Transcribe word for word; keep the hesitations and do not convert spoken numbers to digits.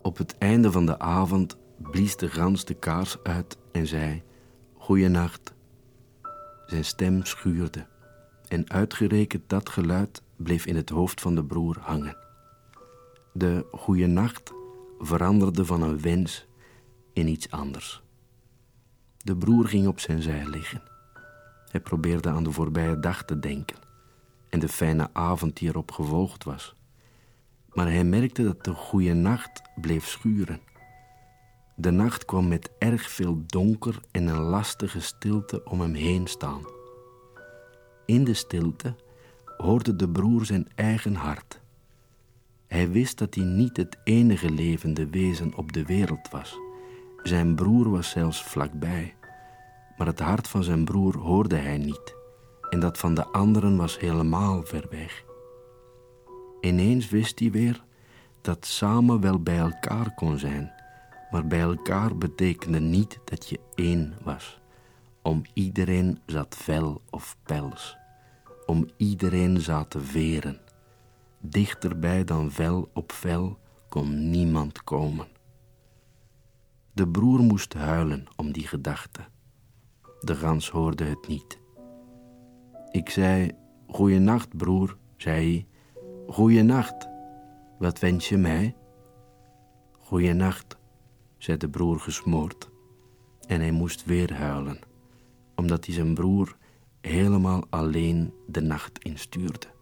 Op het einde van de avond blies de gans de kaars uit en zei: Goeienacht. Zijn stem schuurde en uitgerekend dat geluid bleef in het hoofd van de broer hangen. De goeienacht veranderde van een wens in iets anders. De broer ging op zijn zij liggen. Hij probeerde aan de voorbije dag te denken en de fijne avond die erop gevolgd was. Maar hij merkte dat de goeienacht bleef schuren. De nacht kwam met erg veel donker en een lastige stilte om hem heen staan. In de stilte hoorde de broer zijn eigen hart. Hij wist dat hij niet het enige levende wezen op de wereld was. Zijn broer was zelfs vlakbij. Maar het hart van zijn broer hoorde hij niet. En dat van de anderen was helemaal ver weg. Ineens wist hij weer dat samen wel bij elkaar kon zijn. Maar bij elkaar betekende niet dat je één was. Om iedereen zat vel of pels. Om iedereen zaten veren. Dichterbij dan vel op vel kon niemand komen. De broer moest huilen om die gedachte. De gans hoorde het niet. Ik zei: Goeienacht, broer, zei hij. Goeienacht, wat wens je mij? Goeienacht, zei de broer gesmoord. En hij moest weer huilen, omdat hij zijn broer helemaal alleen de nacht instuurde.